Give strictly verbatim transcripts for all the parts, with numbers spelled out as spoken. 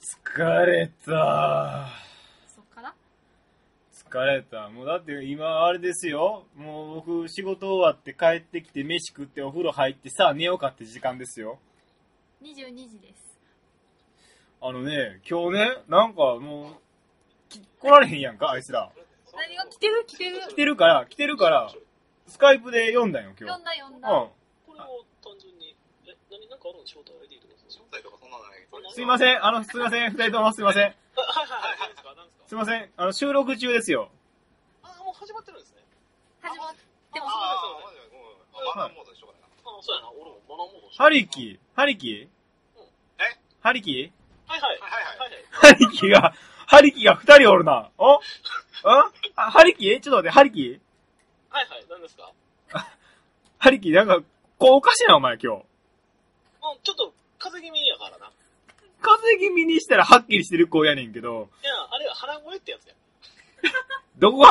疲れた。 そっから疲れた。もうだって今あれですよ。もう僕仕事終わって帰ってきて飯食ってお風呂入ってさあ寝ようかって時間ですよ。 にじゅうにじです。 あのね、今日ね、なんかもう、き来られへんやんか、あいつら。 何が来てる来てる来てるから、来てるから、スカイプで読んだよ、今日。 読んだ読んだ。 うん。 これを単純に、え、何なんかあるの招待 アイディー とか招待とかそんなのない。 すいません、あの、すいません、二人ともすいません。 はいはいはい、何ですか何ですかすいません、あの、収録中ですよ。 あ、もう始まってるんですね。 始まってます。 ああ、マナーモードでしょうかね。あ、そうやな、俺もマナーモード。 ハリキ、ハリキえハリキはいはい。はいはい。 ハリキが、ハリキが二人おるな。おんあ、ハリキちょっと待って、ハリキはいはい、何ですかハリキ、なんか、こうおかしいな、お前今日。 うん、ちょっと、風邪気味やからな。 風邪気味にしたらはっきりしてる子やねんけど。 いや、あれは鼻声ってやつや。 どこが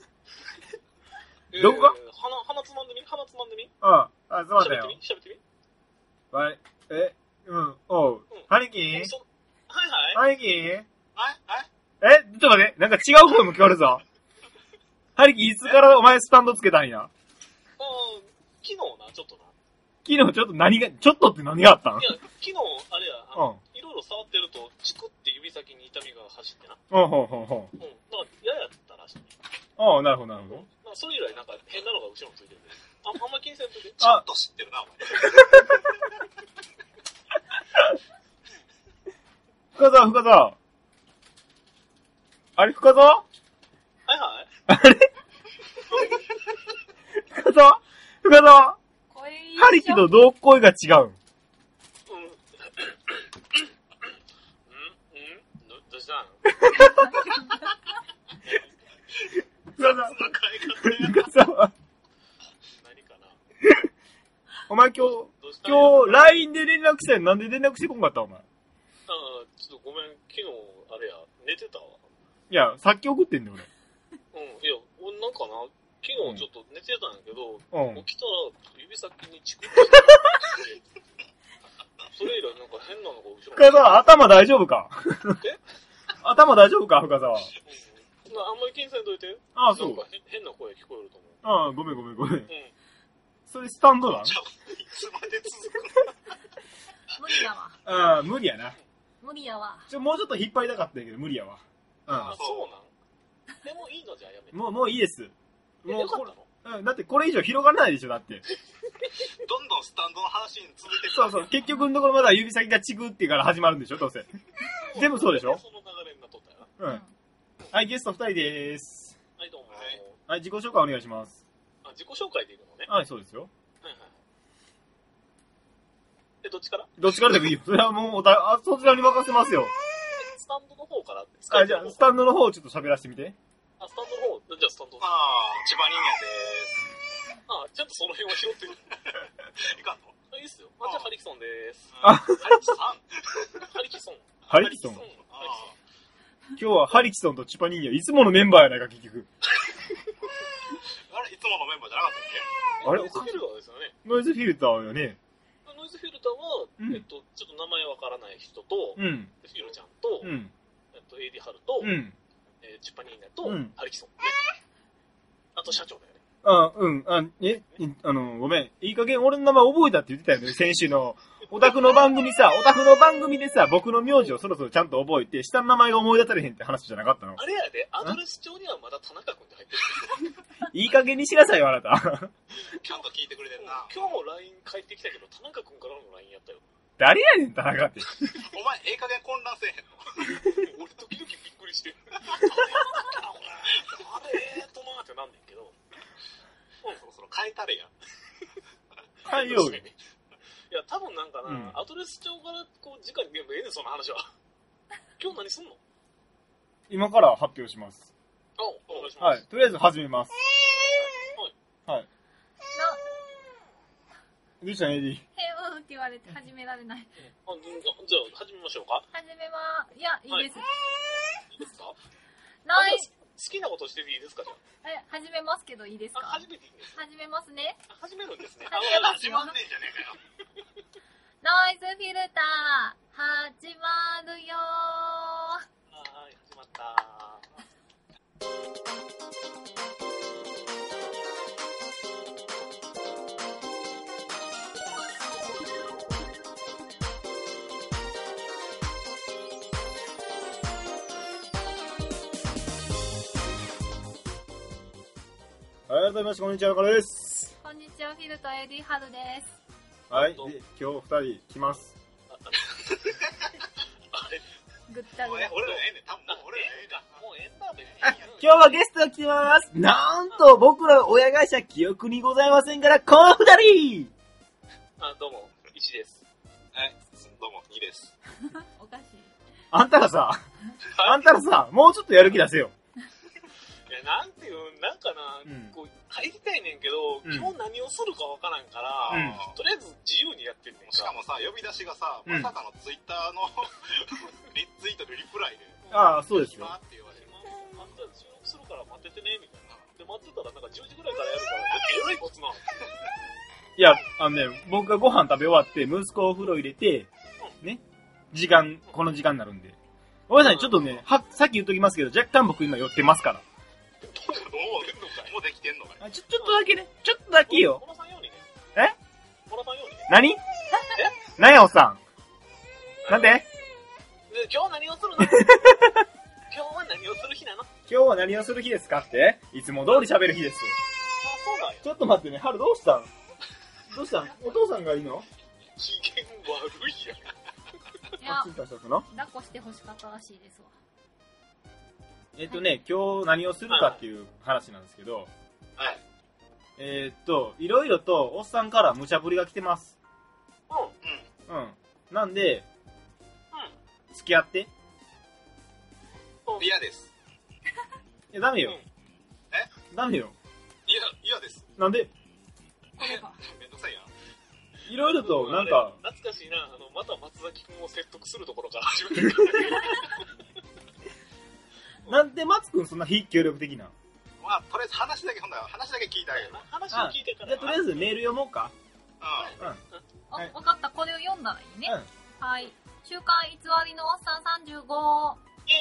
どこが鼻、鼻つまんでみ鼻つまんでみああ、あ、そうだよ。 喋ってみ喋ってみわい、え、うん、おう。ハリキはいはい。 ハリキはいはい。 え、ちょっと待って、なんか違う声も聞こえるぞ。ハリキいつからお前スタンドつけたんや。 ああ、昨日な、ちょっとな。 昨日ちょっと何が、ちょっとって何があったんいや、昨日、あれや、あのいろいろ触ってると、チクって指先に痛みが走ってな。 ほうほうほうほう。 うん。だから、嫌やったらしい。 ああ、なるほど、なるほど。 まあ、それ以来なんか変なのが後ろについてるんで。あ、あんま気にせんといて。 ちょっと知ってるな、お前。 深澤、深澤。あれ、深澤はいはい。 あれ深澤深澤ハリキとどう声が違ううん。うんうんど、どうしたの深澤深澤何かなお前今日、今日 ライン で連絡したよ。なんで連絡してこんかったお前。 ああ、ちょっとごめん、昨日、あれや、寝てたわ。 いや、さっき送ってんだよ、 うん、いや、俺なんかな、昨日ちょっと寝てたんやけど、 うん起きたら指先にチクってそれ以来なんか変なのが後ろに。 深澤、頭大丈夫かえ頭大丈夫か深澤。 うん、あんまり気にせんといて。 ああ、そう。 なんか変な声聞こえると思う。 ああ、ごめんごめんごめん。 うん。 それスタンドだ。 いつまで続く無理やわ。 ああ、無理やな。 無理やわ。 ちょ、もうちょっと引っ張りたかったんやけど、無理やわ。うん。 あ、そうなんでもいいのじゃあやめて。 もう、もういいです。 え、 もうこれよかったのうん、だってこれ以上広がらないでしょ、だって。 どんどんスタンドの話に続いてそうそう、結局のところまだ指先がチクってから始まるんでしょ、どうせ。全部そうでしょ。 その流れになっとったよな。 うん。はい、ゲストふたりでーす。 はい、どうも。 はい、自己紹介お願いします。 あ、自己紹介でいくのね。 はい、そうですよ。 はいはい。え、どっちからどっちからでもいいよ。それはもうおた、あ、そちらに任せますよ。 スタンドの方からあ、じゃあ、スタンドの方をちょっと喋らせてみて。 あ、スタンドの方、じゃあスタンド。ああ、千葉人間でーす。あ、ちゃんとその辺は拾ってる。いかんのあ、いいっすよ。あ、じゃあハリキソンでーす。 あ、 ハリキソンハリキソン。 ハリキソン今日はハリキソンとチュパニーニャ、いつものメンバーやないか、結局。 あれいつものメンバーじゃなかったっけあれノイズフィルターですよね。 ノイズフィルターよね。 ノイズフィルターは、 うんえっと、ちょっと名前わからない人と、 うん。 フィルちゃんと、 うん。 えっと、エイディハルと、 うん。 えーチュパニーニャと、 うんハリキソン、ね。あと社長だよね。 あ、うん。あ、え、あの、ごめん。いい加減俺の名前覚えたって言ってたよね、先週の。オタクの番組さ、オタクの番組でさ、僕の名字をそろそろちゃんと覚えて、下の名前が思い出されへんって話じゃなかったの。 あれやで、アドレス帳にはまだ田中君って入ってる。 いい加減にしなさいよ、あなた。 ちゃんと聞いてくれてんな。今日も ライン 返ってきたけど、田中君からの ライン やったよ。 誰やねん、田中って。 お前、ええ加減混乱せえへんの俺時々びっくりしてる。あれえーとなーってなんねんけど。もうそろそろ変えたれや。 変えようよ。 いや、多分なんかな、 うん、 アドレス帳からこう、直に言えばええねん、その話は。今日何すんの今から発表します。 あ、お願いします。 はい。とりあえず始めます。はい。はい。どうしたん、エディ。 へうって言われて始められない。 あ、じゃあ、始めましょうか。 始めまー、いや、いいです。 いいですかない。 好きなことしてていいですかじゃあ。 え、始めますけどいいですか？ あ、始めていいんですか？ 始めますね。 始めるんですね。 始めますよ。 始まんねえじゃねえかよ。 ノイズフィルター、始まるよー。 改めましてこんにちは、中野です。 こんにちは、フィルとエディハルです。 はい、で今日二人来ます。 あれぐったぐた。 俺らええねん、多分もう俺らええか。もうええんだべ。 今日はゲストが来てます。なんと僕ら親会社記憶にございませんから、この二人。 あ、どうも、いちです。はい、どうも、にです。 おかしい。 あんたらさ、あんたらさ、もうちょっとやる気出せよ。 いや、なんていう、なんかな、うん、こう、入りたいねんけど、うん、今日何をするかわからんから、うん、とりあえず自由にやってるねん。しかもさ、呼び出しがさ、まさかのツイッターのリツイートでリプライで。 ああ、そうですよ。 って言われる。あんた収録するから待っててね、みたいな。で、待ってたらなんかじゅうじぐらいからやるから、えらいこつな。 いや、あのね、僕がご飯食べ終わって、息子をお風呂入れて、うん、ね、時間、この時間になるんで。ごめんなさい、ちょっとね、は、さっき言っときますけど、若干僕今寄ってますから。 もうできてんのかい？ あ、ちょ、ちょっとだけね。ちょっとだけよ。 モラさんようにね。 えモラさんようにね。 何？え何やおっさん。なんで？ 今日何をするの？今日は何をする日なの？ 今日は何をする日ですかって？いつも通り喋る日です。 あ、そうなんや。 ちょっと待ってね。ハルどうしたん？どうしたん？お父さんがいいの？ 機嫌悪いやん。 いや、抱っこして欲しかったらしいですわ。 えっとね、今日何をするかっていう話なんですけど、 はい。 えー、っと、いろいろとおっさんから無茶ぶりが来てます。 うん。 うん。うん。なんで、 うん。 付き合って。 嫌です。 いや、ダメよ。 うん、えダメよ。 いや、嫌です。 なんで？ めんどくさいやん。 いろいろと、なんか。 懐かしいな。あの、また松崎くんを説得するところから始めてる。 なんで松くんそんな非協力的な？ まあ、とりあえず話だけ、ほんだら話だけ聞いたけど。話を聞いてから。 じゃあとりあえずメール読もうか。 うん。うん。 あ、わかった。これを読んだらいいね。うん。はい。週刊偽りのおっさんさんじゅうご。 イ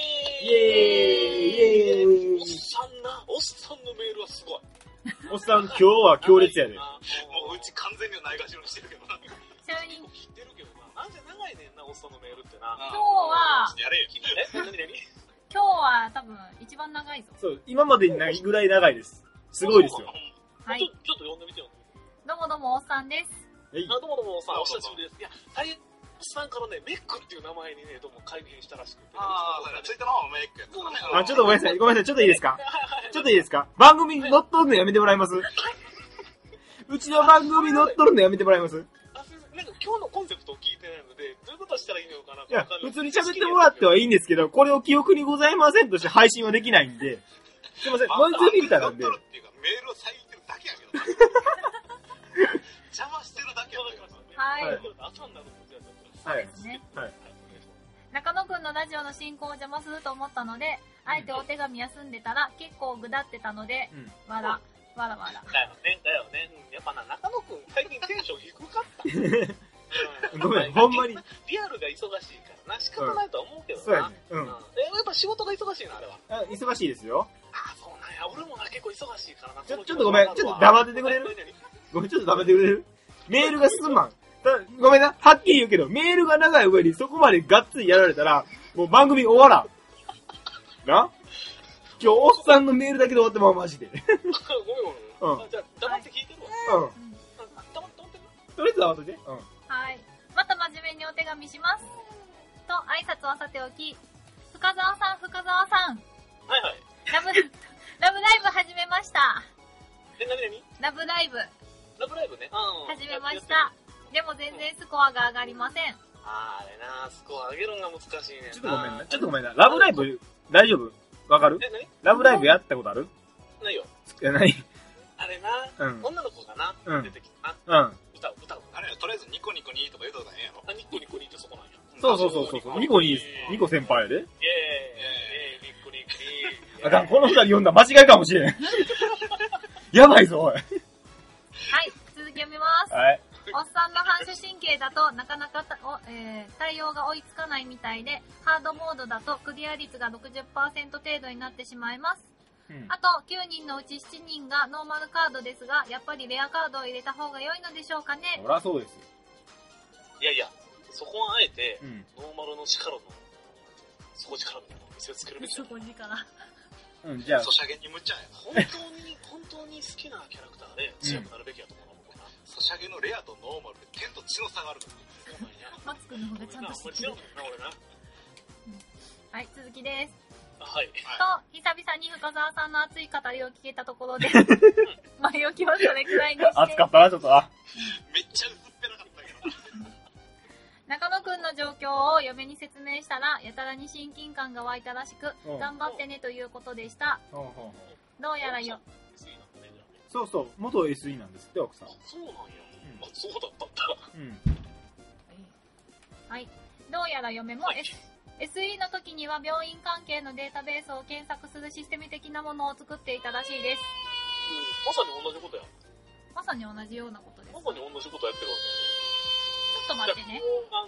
エーイイエーイイエーイおっさんな、おっさんのメールはすごい。 おっさん、今日は強烈やで。もううち完全にないがしろにしてるけどな。 ちなみに。 知ってるけどな。なんせ長いねんな、おっさんのメールってな。 今日は。 やれよ、え、なになに今日は多分一番長いぞ。 そう、今までにないぐらい長いです。すごいですよ。 はい。 ちょ、ちょっと読んでみてよ。 どうもどうもおっさんです。 あ、 どうもどうもおっさん、お久しぶりです。いや、大変、おっさんからね、メックっていう名前にね、どうも改変したらしくて。ああ、ツイッターの方もメックやったね。 あ、ちょっとごめんなさい、ごめんなさい、ちょっといいですか？ちょっといいですか？番組乗っ取るのやめてもらえます？うちの番組乗っ取るのやめてもらえます？ なんか今日のコンセプトを聞いてないので、どういうことしたらいいのかな。 いや、普通に喋ってもらってはいいんですけど、これを記憶にございませんとして配信はできないんで、すいません、ノイズフィルターなんで。メールを遮ってるだけやけど。邪魔してるだけやけど。 はい。 はい。 そうですね。はい。中野くんのラジオの進行を邪魔すると思ったので、あえてお手紙休んでたら結構ぐだってたので、わら。わらわら。 だよね、だよね。やっぱな、中野くん最近テンション低かった。 ごめん、ほんまに。 リアルが忙しいからな、仕方ないとは思うけどな。 そうやね。うん。 やっぱ仕事が忙しいの、あれは。 あ、忙しいですよ。 あ、そうなんや。俺もな、結構忙しいからな。 ちょ、ちょっとごめん、ちょっと黙っててくれる？ごめん、ちょっと黙ってくれる？メールが進まん。ごめんな、はっきり言うけど、メールが長い上にそこまでがっつりやられたら、もう番組終わらん。な？今日、おっさんのメールだけで終わってまう、マジで。 ごめんごめん。うん。じゃあ、黙って聞いてるわ。うん。黙って、黙って。 とりあえず黙ってて。うん。 はい。また真面目にお手紙します。と、挨拶はさておき、深澤さん、深澤さん。 はいはい。 ラブ、ラブライブ始めました。 え、なになに？ ラブライブ。 ラブライブね。うん。 始めました。でも全然スコアが上がりません。 あー、あれな、スコア上げるのが難しいねんな。 ちょっとごめんな。ちょっとごめんな。ラブライブ、大丈夫？わかる？ え、なに？ ラブライブやったことある？ ないよ。 え、ない？ あれな、うん、女の子がな、うん、出てきたな。うん。歌う、歌う。あれとりあえずニコニコにとか言うとったらええやろ。あ、ニコニコにってそこなんや。 そうそうそうそう。ニコに、ニコ先輩やで。イェーイ、イェーイ、 ニコニコに。 あかん、この二人読んだ間違いかもしれん。やばいぞ、おい。 はい、続き読みます。 はい。 おっさんの反射神経だとなかなかたお、えー、対応が追いつかないみたいで、ハードモードだとクリア率が ろくじゅっパーセント 程度になってしまいます。うん、あときゅうにんのうちしちにんがノーマルカードですが、やっぱりレアカードを入れた方が良いのでしょうかね。 そりゃそうですよ。 いやいや、そこはあえて、うん、ノーマルの力の底力みたいなのを見せつけるべきだ。 底力。 うん、じゃあ。 ソシャゲにむっちゃやな。本当に、本当に好きなキャラクターで強くなるべきやと思うな、僕は。ソシャゲのレアとノーマルで天と地の差があるから。 マツくんの方がちゃんと知ってる。はい、続きです。 はい。 と、久々に深澤さんの熱い語りを聞けたところで、前置きはそれくらいにして。 熱かったな、ちょっと。あめっちゃ薄っぺらかったけど。 中野くんの状況を嫁に説明したら、やたらに親近感が湧いたらしく、頑張ってねということでした。どうやらよ。 そうそう、元 エスイー なんですって、奥さん。 そうなんや。あ、そうだったんだ。うん。 はい。どうやら嫁も S、エスイー の時には病院関係のデータベースを検索するシステム的なものを作っていたらしいです。 うん、まさに同じことや。 まさに同じようなことです。 まさに同じことやってるわけ。ちょっと待ってね。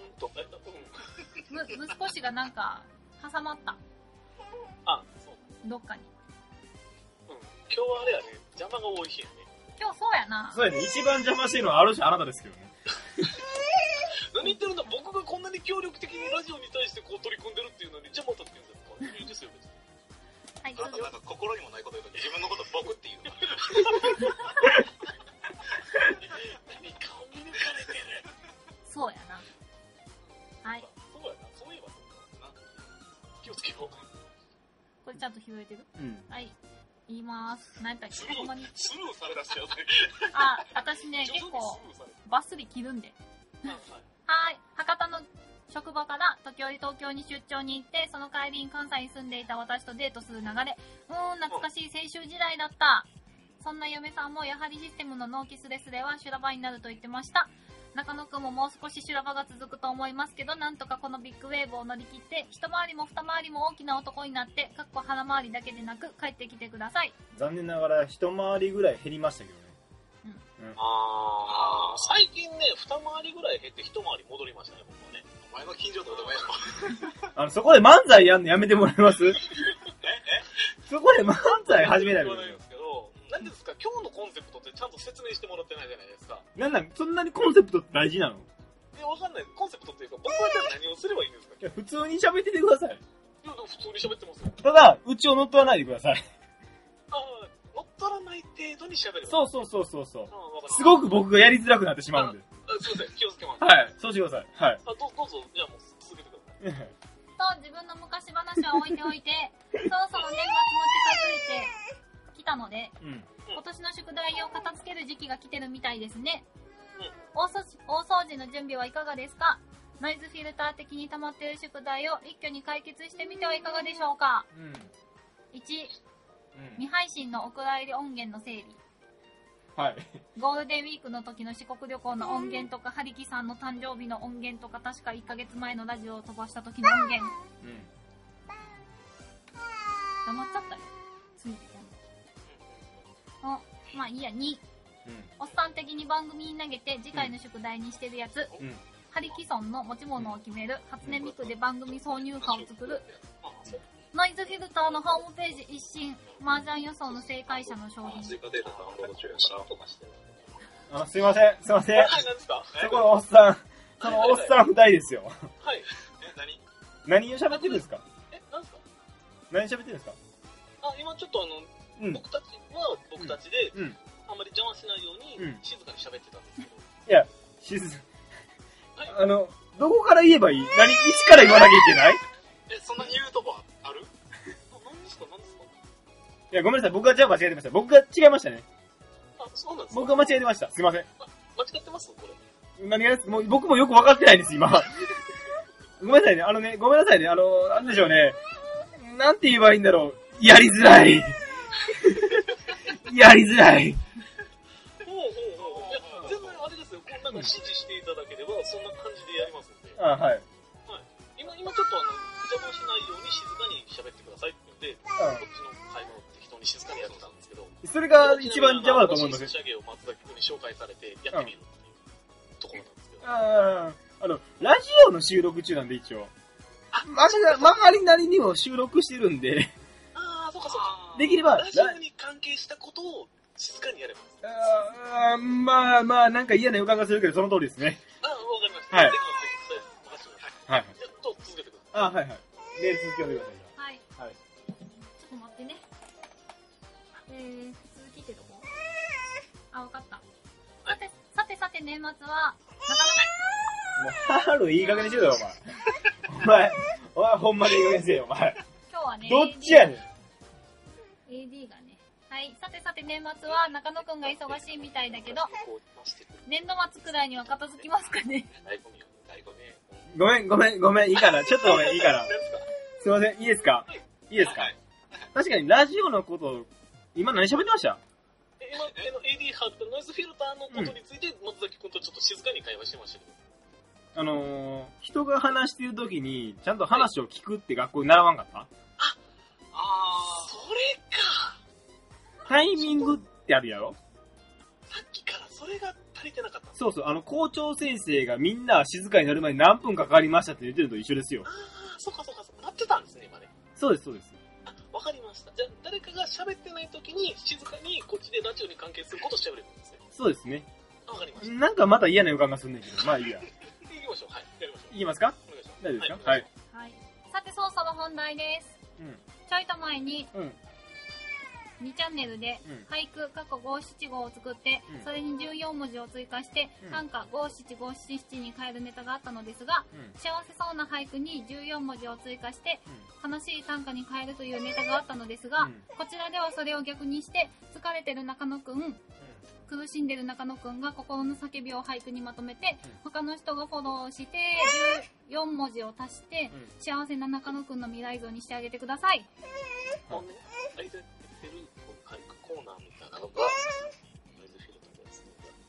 む、息子氏がなんか挟まった。 あ、そう。 どっかに。 うん。今日はあれやね、邪魔が多い日やね。 今日そうやな。 そうやね、一番邪魔してるのはある種あなたですけどね。 何言ってるんだ、僕がこんなに協力的にラジオに対してこう取り組んでるっていうのに邪魔立ってるんですか？いいですよ、別に。 はい、 あなたなんか心にもないこと言うと自分のこと僕って言うの。何顔見抜かれてる。 そうやな。はい。 そうやな、そういえばそうだな。気をつけよう。 これちゃんと拾えてる？ うん。 はい。言います。何やったっけ？ほんまに。 スルーされだしちゃう。 あ、私ね、結構、バッスリ切るんで。はい。博多の職場から時折東京に出張に行って、その帰りに関西に住んでいた私とデートする流れ。うーん、懐かしい青春時代だった。そんな嫁さんもやはりシステムの納期スレスレは修羅場になると言ってました。中野くんももう少し修羅場が続くと思いますけど、なんとかこのビッグウェーブを乗り切って、一回りも二回りも大きな男になって、かっこ腹回りだけでなく帰ってきてください。 残念ながら一回りぐらい減りましたけどね。 うんうん、あー、最近ね、二回りぐらい減って一回り戻りましたね、僕はね。お前の近所どうでもいいの。 あの、そこで漫才やんのやめてもらえます？ええそこで漫才始めないでください。 何ですか、今日のコンセプトってちゃんと説明してもらってないじゃないですか。 なんなんそんなにコンセプトって大事なの？ いや、わかんない。コンセプトっていうか、僕はじゃあ何をすればいいんですか？ いや、普通に喋っててください。 いや、でも普通に喋ってますよ。 ただ、うちを乗っ取らないでください。 ああ、乗っ取らない程度に喋る。 そうそうそうそうそう。すごく僕がやりづらくなってしまうんで。 あ、すいません、気をつけます。 はい、そうしてください。はい。 あ、どどうぞ、じゃあもう続けてください。 と、自分の昔話は置いておいて、そろそろ年末も近づいてきたので、うん、今年の宿題を片付ける時期が来てるみたいですね。うん、大掃除、大掃除の準備はいかがですか？ノイズフィルター的に溜まっている宿題を一挙に解決してみてはいかがでしょうか？うん、いち、うん、未配信のお蔵入り音源の整理。 はい。 ゴールデンウィークの時の四国旅行の音源とか、ハリキさんの誕生日の音源とか、確かいっかげつまえのラジオを飛ばした時の音源。うん。黙っちゃったよ。ついてたの。お、まあいいや、に。うん、おっさん的に番組に投げて次回の宿題にしてるやつ。うん、ハリキソンの持ち物を決める。初音ミクで番組挿入歌を作る。ノイズフィルターのホームページ一新。麻雀予想の正解者の商品。 あ、すいません、すいません。 はい、何ですか？ そこのおっさん、そのおっさん二人ですよ。 はい。え、何？ 何を喋ってるんですか？ え、何ですか？ 何喋ってるんですか？ あ、今ちょっとあの、うん、僕たちは僕たちで、うん、あんまり邪魔しないように、静かに喋ってたんですけど。 いや、静か、はい、あの、どこから言えばいい？何、いちから言わなきゃいけない？ え、そんなに言うとこある？何ですか？何ですか？ いや、ごめんなさい。僕がじゃあ間違えてました。僕が違いましたね。 あ、そうなんですか？ 僕が間違えてました。すいません。 あ、間違ってます？これ。 何がです？もう僕もよく分かってないんです、今。ごめんなさいね。あのね、ごめんなさいね。あの、なんでしょうね。なんて言えばいいんだろう。やりづらい。やりづらい。 ほうほうほう。いや、全然あれですよ。こんなの指示していただければ、そんな感じでやりますんで。 あ、はい。 はい。今、今ちょっとあの、邪魔しないように静かに喋ってくださいって言って、こっちの会話を適当に静かにやってたんですけど。 それが一番邪魔だと思うんですよ。仕上げを松崎君に紹介されて、やってみるっていうところなんですけど。 ああ、あの、ラジオの収録中なんで一応。まが、曲がりなりにも収録してるんで。 ああ、そうかそうか。 できれば、 ラジオに関係したことを静かにやれば。 ああ、まあまあ、なんか嫌な予感がするけど、その通りですね。 ああ、わかりました。 はい。 はい。じゃあ、続けてください。 あ、はいはい。メール続けてください。 はい。はい。ちょっと待ってね。 えー、続きってどこ？あ、わかった。さて、さてさて年末は、なかなか。もう、春いい加減にしろよ、お前。お前、お前ほんまにいい加減にせよ、お前。 今日はね、 どっちやねん。 エーディー がね。はい。さてさて年末は中野くんが忙しいみたいだけど、年度末くらいには片付きますかね。 ごめん、ごめん、ごめん、いいかな。ちょっとごめん、いいかな。すいません、いいですか？いいですか？確かにラジオのこと、今何喋ってました？ 今、エーディー 貼ったノイズフィルターのことについて、松崎くんとちょっと静かに会話してましたけど。 あのー、人が話してる時に、ちゃんと話を聞くって学校に習わんかった？あ、 あー、それか。 タイミングってあるやろ？ さっきからそれが足りてなかった。 そうそう、あの、校長先生がみんな静かになる前に何分かかりましたって言ってるのと一緒ですよ。 あー、そっかそっかそっか。なってたんですね、今ね。 そうです、そうです。 あ、わかりました。じゃあ、誰かが喋ってない時に、静かにこっちでラジオに関係することを喋れるんですね。 そうですね。 わかりました。 なんかまた嫌な予感がするんだけど、まあいいや。 行きましょう。はい。やりましょう。 いきますか？ お願いします。 大丈夫ですか？はい。 はい。さて、そろそろ本題です。うん。ちょいと前に、うん。にチャンネルで、俳句、過去五七五を作って、うん、それにじゅうよん文字を追加して、うん、短歌五七五七七に変えるネタがあったのですが、うん、幸せそうな俳句にじゅうよん文字を追加して、うん、悲しい短歌に変えるというネタがあったのですが、うん、こちらではそれを逆にして、疲れてる中野くん、うん、苦しんでる中野くんが心の叫びを俳句にまとめて、うん、他の人がフォローして、じゅうよん文字を足して、うん、幸せな中野くんの未来像にしてあげてください。 うんうんコーナーみたいなのが、ノイズフィルターですね。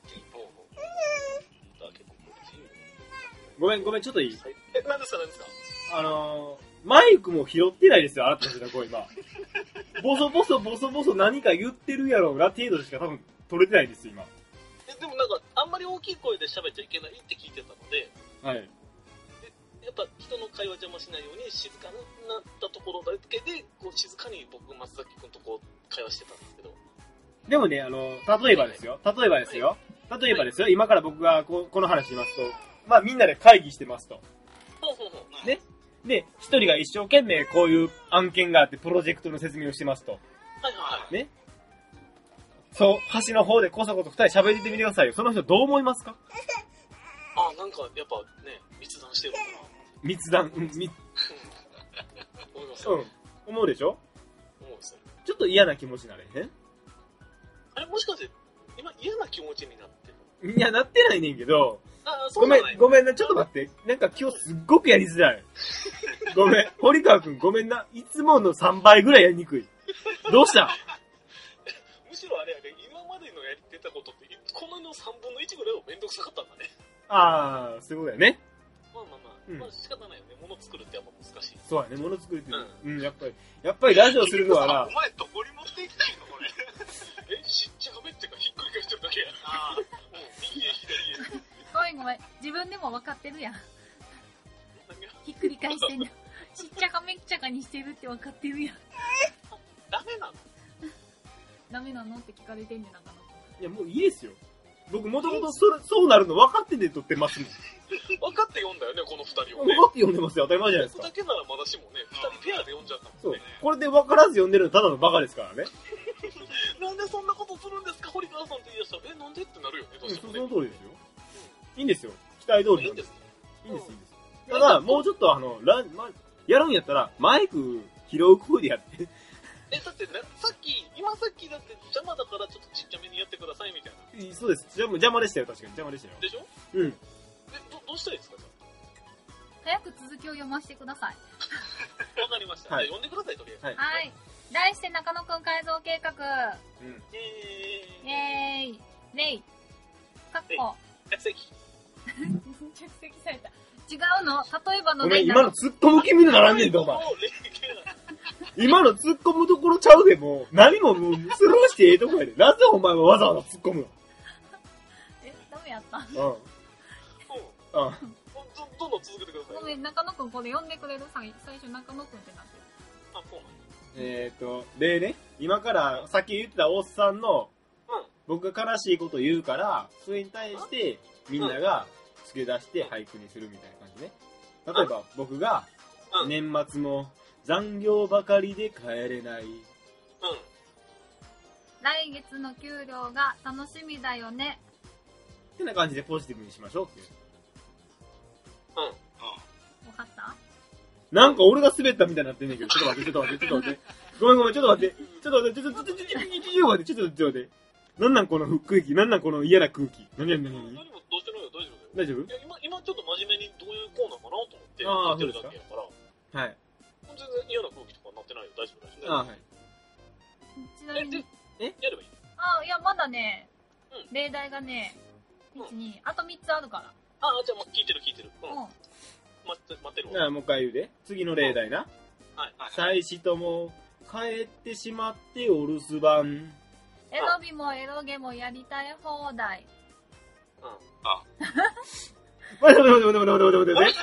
ごめん、ごめん、ちょっといい？ え、何ですか、何ですか？ あのー、マイクも拾ってないですよ、あなたたちの声今。ボソボソボソボソ何か言ってるやろうな程度しか多分取れてないです、今。 え、でもなんか、あんまり大きい声で喋っちゃいけないって聞いてたので、 はい。 やっぱ人の会話邪魔しないように静かになったところだけで、こう静かに僕、松崎くんとこう会話してたんですけど。 でもね、あの、例えばですよ。例えばですよ。例えばですよ。今から僕がここの話しますと、まあみんなで会議してますと。ね。で、一人が一生懸命こういう案件があってプロジェクトの説明をしてますと。 はいはい。 ね。そう、端の方でこそこそ二人喋ってみてくださいよ。その人どう思いますか？ あ、なんかやっぱね、密談してるのかな。 密談、うん、密、 思いますよね。 うん。思うでしょ？ 思うんですよ。 ちょっと嫌な気持ちになれへん？ あれ、もしかして、今嫌な気持ちになってる？いや、なってないねんけど、 あ、そうなんだ。 ごめん、ごめんな、ちょっと待って。なんか今日すっごくやりづらい。ごめん、堀川くんごめんな。いつものさんばいぐらいやりにくい。どうした？ むしろあれやね、今までのやってたことって、こののさんぶんのいちぐらいはめんどくさかったんだね。 あー、そういうことやね。 まあまあまあ、うん、まあ仕方ないよね。物作るってやっぱ難しい。 そうやね、物作るって、うん、うん、やっぱり、やっぱりラジオするのはな。 お前どこに持っていきたいのこれ。え、しっちゃかめっちゃかひっくり返してるだけや。ああ、うん、右へ左へ。 ごめんごめん、自分でも分かってるやん。ひっくり返してんの。しっちゃかめっちゃかにしてるって分かってるやん。 ダメなの？ ダメなのって聞かれてんねん、中野。 いや、もういいですよ。僕もともとそうなるの分かってて撮ってますもん。 分かって読んだよね、この二人をね。分かって読んでますよ、当たり前じゃないですか。 僕だけならまだしもね、二人ペアで読んじゃったもんね。 そう。これで分からず読んでるのただのバカですからね。 なんでそんなことするんですか、堀川さんって言い出したら、え、なんでってなるよね、どうしてもね。 その通りですよ。いいんですよ。期待通りなんです。いいんです、いいんです。ただ、もうちょっとあの、ラま、やるんやったら、マイク拾う声でやって。 え、だってね、さっき、今さっきだって邪魔だからちょっとちっちゃめにやってくださいみたいな。 そうです。邪魔、邪魔でしたよ、確かに。邪魔でしたよ。 でしょ？ うん。 え、ど、どうしたらいいですか？ 早く続きを読ませてください。 わかりました。はい、じゃあ読んでください、とりあえず。 はい。はい。題して中野くん改造計画。 うん。 イェーイ。レイ。かっこ。 着席。 着席された。違うの？例えばのレイ。ごめん、今の突っ込む気味にならんねんだ、お前。今の突っ込むところちゃうでも、何ももうスルーしてええとこやで。なぜお前はわざわざ突っ込むの？ え、ダメやった？うん。うん。 ど、どんどん続けてください。 ごめん、中野くんこれ読んでくれる？最初中野くんってなってる。 あ、そうなんえーと、でね、今からさっき言ってたおっさんの、 うん、 僕が悲しいこと言うから、それに対してみんなが付け出して俳句にするみたいな感じね。例えば僕が、年末も残業ばかりで帰れない。うん。 来月の給料が楽しみだよね。 ってな感じでポジティブにしましょうっていう。 うん。うん。 わかった？ なんか俺が滑ったみたいになってんねんけど、ちょっと待って、ちょっと待って、ちょっと待って。ごめんごめん、ちょっと待って。ちょっと待って、ちょっと、ちょっと、ちょっと、ちょっと、ちょっと待って、ちょっと待って。なんなんこの空気、なんなんこの嫌な空気。何やん何やん何もどうしてもよ、大丈夫大丈夫？ いや、今、今ちょっと真面目にどういうコーナーかなと思ってああ、 言ってるだけやから。 はい。 全然嫌な空気とかなってないよ、大丈夫大丈夫。 ああ、はい。 ちなみに。 えやればいい？ ああ、いや、まだね、 うん、 例題がね、いち、に、あとみっつあるから。 ああ、じゃあもう聞いてる聞いてる。うん。うん、待って、待ってるわ。 なあ、もう一回言うで。次の例題な。 はい。 妻子とも帰ってしまってお留守番。 エロビもエロゲもやりたい放題。 うん。あ。 待って待って待って待って待って待って待って。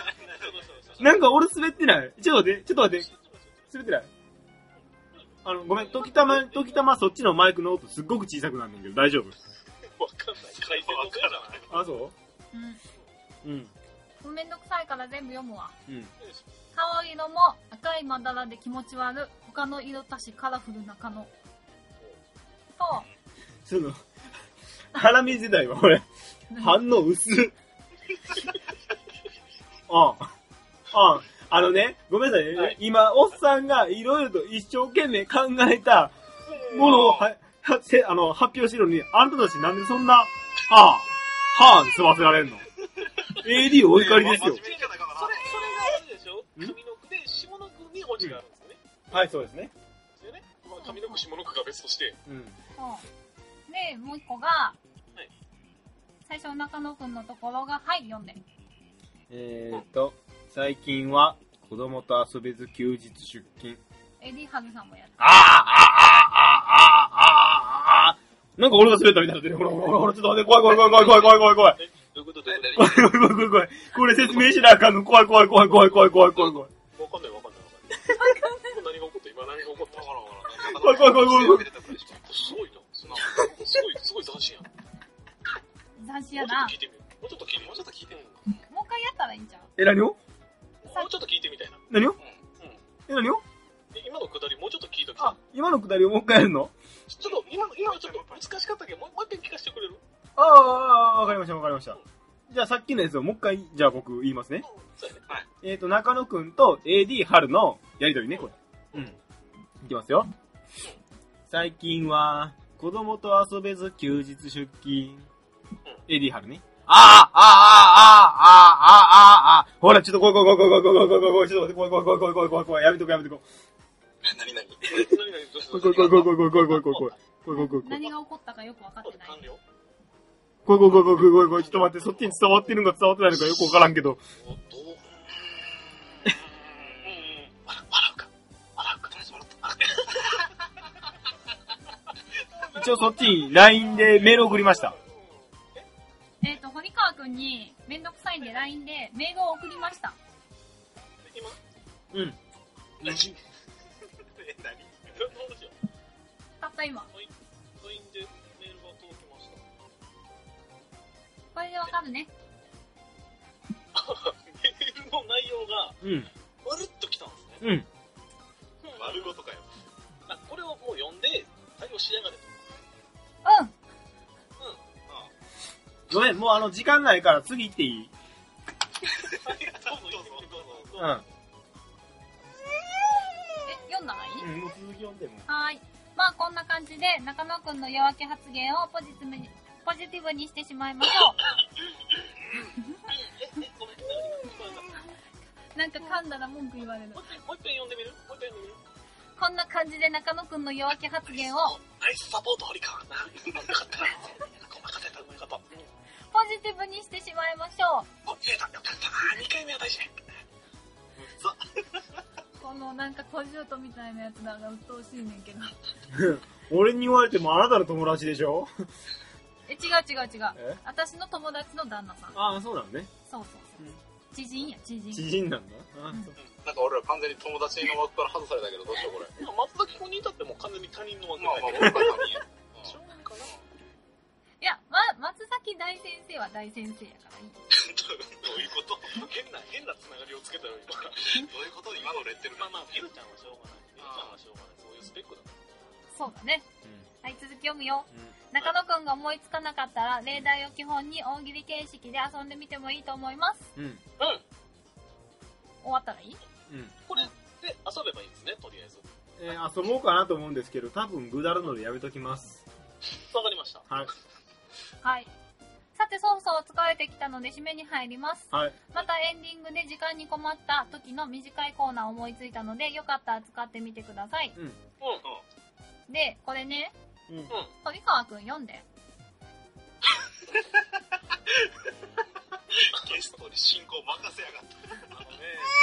なんか俺滑ってない？ちょっと待って、ちょっと待って。滑ってない？あの、ごめん、時たま、時たまそっちのマイクの音すっごく小さくなるんだけど、大丈夫？ わかんない。回線のせいじゃない？ あ、そう？うん。 うん。めんどくさいから全部読むわ。 うん。 顔色も赤いまだらで気持ち悪い。他の色足しカラフルな可能。と、 その、ハ見世代は俺、反応薄っ。ああ。ああ。あのね、ごめんなさいね。はい、今、おっさんがいろいろと一生懸命考えたものをは、は、せ、あの、発表してるのに、あんたたちなんでそんな、はあ、はあで済ませられんの？ エーディー お怒りですよ。それ、それがあるでしょ？上の句で下の句にオチがあるんですよね。 うん、はい、そうですね。 ですよね。まあ、上の句下の句が別として。 うん。で、もう一個が、はい、最初中野くんのところが、はい、読んで。 えーっと、最近は子供と遊べず休日出勤。 エディハグさんもやる。 あーあーあーあーあーあーあーなんか俺が滑ったみたいになってる。ほらほらほら、ちょっと待って、怖い怖い怖い怖い怖い怖い怖い怖い。 どういうことだよ。 怖い怖い怖い怖い怖い。これ説明しなあかんの。怖い怖い怖い怖い怖い怖い怖い怖い。 わかんないわかんないわかんない。何が起こった今何が起こったわからんわからん。怖い怖い怖い怖い。 すごいな。すごい、すごい斬新やん。 斬新やな。 もうちょっと聞いてみ、もうちょっと聞いてみ。 もう一回やったらいいんちゃう？ え、何を？ もうちょっと聞いてみたいな。 何を？うん。え、何を？ 今のくだりもうちょっと聞いときたい。あ、今のくだりをもう一回やるの？ ちょっと、今の、今のちょっと難しかったけど、もう一回聞かせてくれる？ ああ、わかりましたわかりました。じゃあさっきのやつをもう一回、じゃあ僕言いますね。 そうやね。はい。 えっと、中野くんと エーディー 春のやりとりね、これ。うん。いきますよ。最近は、子供と遊べず休日出勤。エーディー 春ね。ああ、ああ、ああ、ああ、ああ、ああ、ほら、ちょっと怖い怖い怖い怖い怖い怖い怖い怖い、ちょっと待って、怖い怖い怖い怖い怖い怖い怖い、やめとこやめとこ。 なになに怖い怖い怖い怖い怖い怖い怖い怖い怖い怖い怖い怖い。 何が起こったかよくわかってない。 怖い怖い怖い怖い怖い怖い、ちょっと待って、そっちに伝わってるのか伝わってないのかよくわからんけど。一応そっちに ライン でメール送りました。 えっと、堀川くんにめんどくさいんで ライン でメールを送りました。 今？ うん。 何？え、何？ たった今。 ライン でメールが届きました。 これでわかるね。 メールの内容が、 うん。 まるっと来たんですね。 うん。丸ごとかよ。あ、これをもう読んで、対応しやがれと。 うん。うん。 ごめん、もうあの、時間ないから次行っていい？ どうぞどうぞどうぞ。 うん。 え、読んだらいい？ うん、もう続き読んでも。 はーい。まあこんな感じで中野くんの夜明け発言をポジティブに、ポジティブにしてしまいましょう。なんか噛んだら文句言われる。 もう一遍読んでみる？もう一遍読んでみる？ こんな感じで中野くんの夜明け発言をナイスサポート堀川。 ポジティブにしてしまいましょう。 お、言えた。よかったな。にかいめは大事ね。 このなんか小獣みたいなやつだが鬱陶しいねんけど。 俺に言われてもあなたの友達でしょ？ え、違う違う違う。私の友達の旦那さん。 ああ、そうなのね。 そうそうそう。うん、知人や、知人。 知人なんだ。あ、 うん、そう。なんか俺ら完全に友達の枠から外されたけど、どうしようこれ。松崎君に至っても完全に他人の枠から入ってる。まあまあ、俺が他人や。しょうがないかな。 いや、ま、松崎大先生は大先生やからいい。 どういうこと変な、変なつながりをつけたよ、今。どういうこと今のレッテル。まあまあ、エルちゃんはしょうがない。エルちゃんはしょうがない。そういうスペックだから。 そうだね。うん、はい、続き読むよ。うん、中野くんが思いつかなかったら、例題を基本に大喜利形式で遊んでみてもいいと思います。うん。うん。終わったらいい？ うん。これで遊べばいいんですね、とりあえず。 えー、遊ぼうかなと思うんですけど、多分ぐだるのでやめときます。 わかりました。 はい。 はい。さて、そろそろ疲れてきたので締めに入ります。 はい。 またエンディングで時間に困った時の短いコーナーを思いついたので、よかったら使ってみてください。うん。うんうん。で、これね、うん。鳥川くん読んで。 ゲストに進行任せやがった。あのね、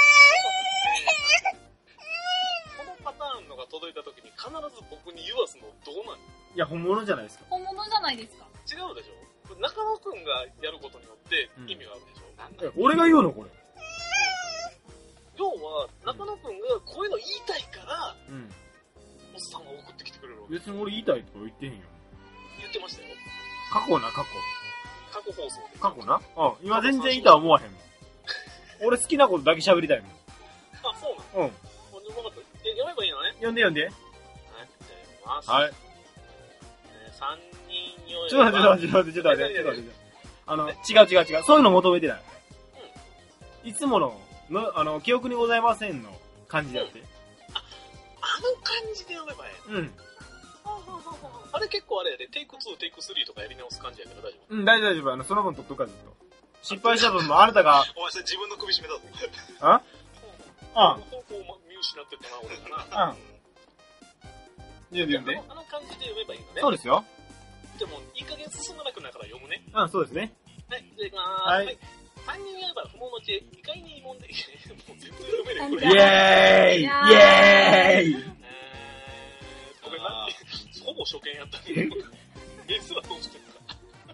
このパターンのが届いた時に必ず僕に言わすのどうなん？いや、本物じゃないですか。 本物じゃないですか。 違うでしょ？中野くんがやることによって意味があるでしょ、うん、なんだ俺が言うのこれ。 要は、中野くんがこういうの言いたいから、うん、おっさんが送ってきてくれるわけ。 別に俺言いたいとか言ってへんよ。 言ってましたよ。 過去な、過去。 過去放送で。 過去な？うん。今全然いいとは思わへんもん。俺好きなことだけ喋りたいもん。 あ、そうなの？うん。分かった。え、読めばいいのね？ 読んで読んで。はい、 じゃあ読みます。 はい。 えー、さんにん読めば。 ちょっと待って、ちょっと待って、ちょっと待って、ちょっと待って。あの、違う違う違う。そういうの求めてない。うん。いつもの、の、あの、記憶にございませんの感じだって。うん、 あ、あの感じで読めばいい。うん。あれ結構あれやで、テイクツー、テイクスリーとかやり直す感じやけど大丈夫？うん、大丈夫。あの、その分取っとくからずっと。失敗した分もあなたが。 お前それ自分の首絞めたぞ。 ああ方向を見失ってたな、俺かな。うん。 読んで読んで。 あの感じで読めばいいのね。 そうですよ。 でも、いい加減進まなくなるから読むね。 うん、そうですね。 はい、じゃあいきまーす。はい。さんにんやれば不毛の知恵、意外に問題、もう全然読めない。これ。 イェーイイェーイごめんな。ほぼ初見やったけど。レスはどうしてるか。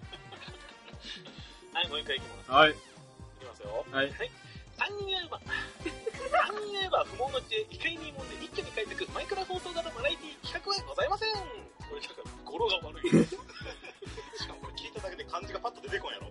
はい、もう一回いきます。 はい。いきますよ。 はい。 はい。さんにんやれば、さんにんやれば不毛の知恵、意外に問題、一挙に書いてくマイクラ放送型バラエティ企画はございません。これだから語呂が悪い。しかもこれ聞いただけで漢字がパッと出てこんやろ。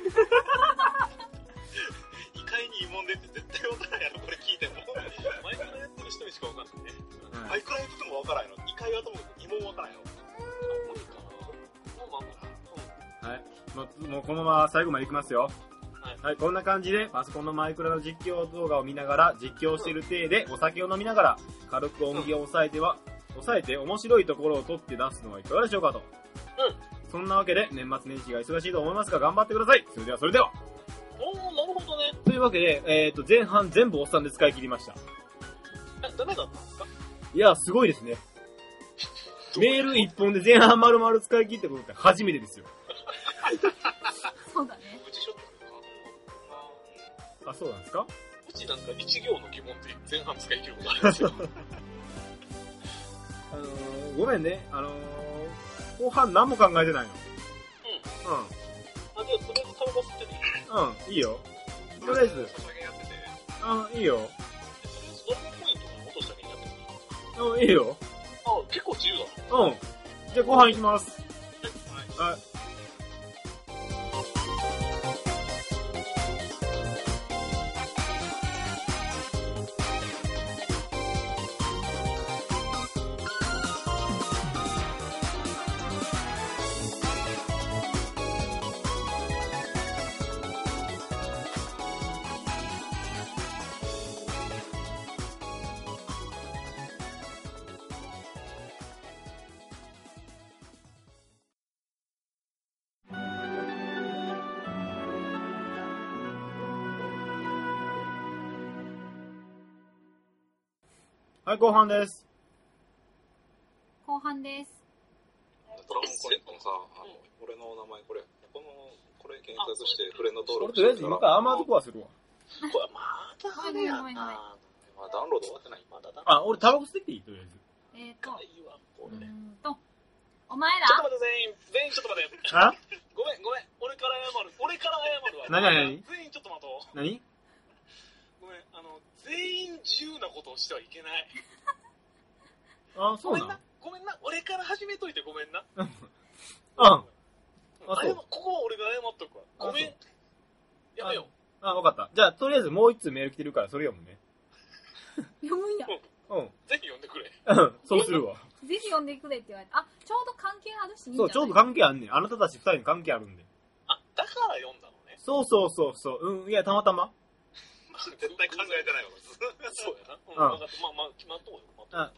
異界に疑問でって絶対わからんやろ、これ聞いても。マイクラやってる人にしかわからんね。うん、マイクラやっててもわからんやろ。異界はともかく疑問わからんやろ。あ、無理かな。もうまあまあ。 はい。もうこのまま最後までいきますよ。はい、はい、こんな感じでパソコンのマイクラの実況動画を見ながら、実況している体でお酒を飲みながら、軽く音源を抑えては、抑えて面白いところを取って出すのはいかがでしょうかと。うん。そんなわけで年末年始が忙しいと思いますが頑張ってください。それではそれでは。 おー、なるほどね。 というわけで、えっと、前半全部おっさんで使い切りました。 え、ダメだったんですか？ いや、すごいですね。メール一本で前半丸々使い切ったことって初めてですよ。 そうだね。 うちショットあ、そうなんですか？ うちなんか一行の疑問で前半使い切ることあるんですよ。 あのー、ごめんね。あのー、後半何も考えてないの。うん。うん。あ、 じゃあとりあえずタバコ吸ってていい？ うん、いいよ。とりあえず。あ、いいよ。 とりあえずドラゴンポイントから落としたけんやってみていい？ うん、いいよ。 あ、結構自由だ。 うん。じゃあ後半行きます。はい。はい。はい、後半です。 後半です。 ドラゴンコインのさ、あの、俺の名前これ、この、これ検索してフレンド登録して。とりあえず今からアーマードコアするわ。 これまだあれやな。まだダウンロード終わってない。まだだ。 あ、俺タバコ吸ってきていいとりあえず。 えーと、 うーんと、お前らちょっと待って全員、全員ちょっと待って。 あごめん、ごめん。俺から謝る。俺から謝るわ。 何何全員ちょっと待とう。 何ごめん、あの、全員自由なことをしてはいけない。 あ、そうなの？ ごめんな、俺から始めといてごめんな。 うん。あ、 そう。ここは俺が謝っとくわ。ごめん。やめよう。 あ、わかった。じゃあ、とりあえずもう一通メール来てるから、それ読むね。 読むんや。 うん。 ぜひ読んでくれ。 うん、そうするわ。 ぜひ呼んでくれって言われて、あ、ちょうど関係あるしいいんじゃない？ そう、ちょうど関係あんねん。あなたたち二人に関係あるんで。 あ、だから呼んだのね。 そうそうそうそう。うん、いや、たまたま。 絶対考えてないわ、そうやな。うん、 うん分かった。まあまあ、決まっとうよ。 うん。 はい、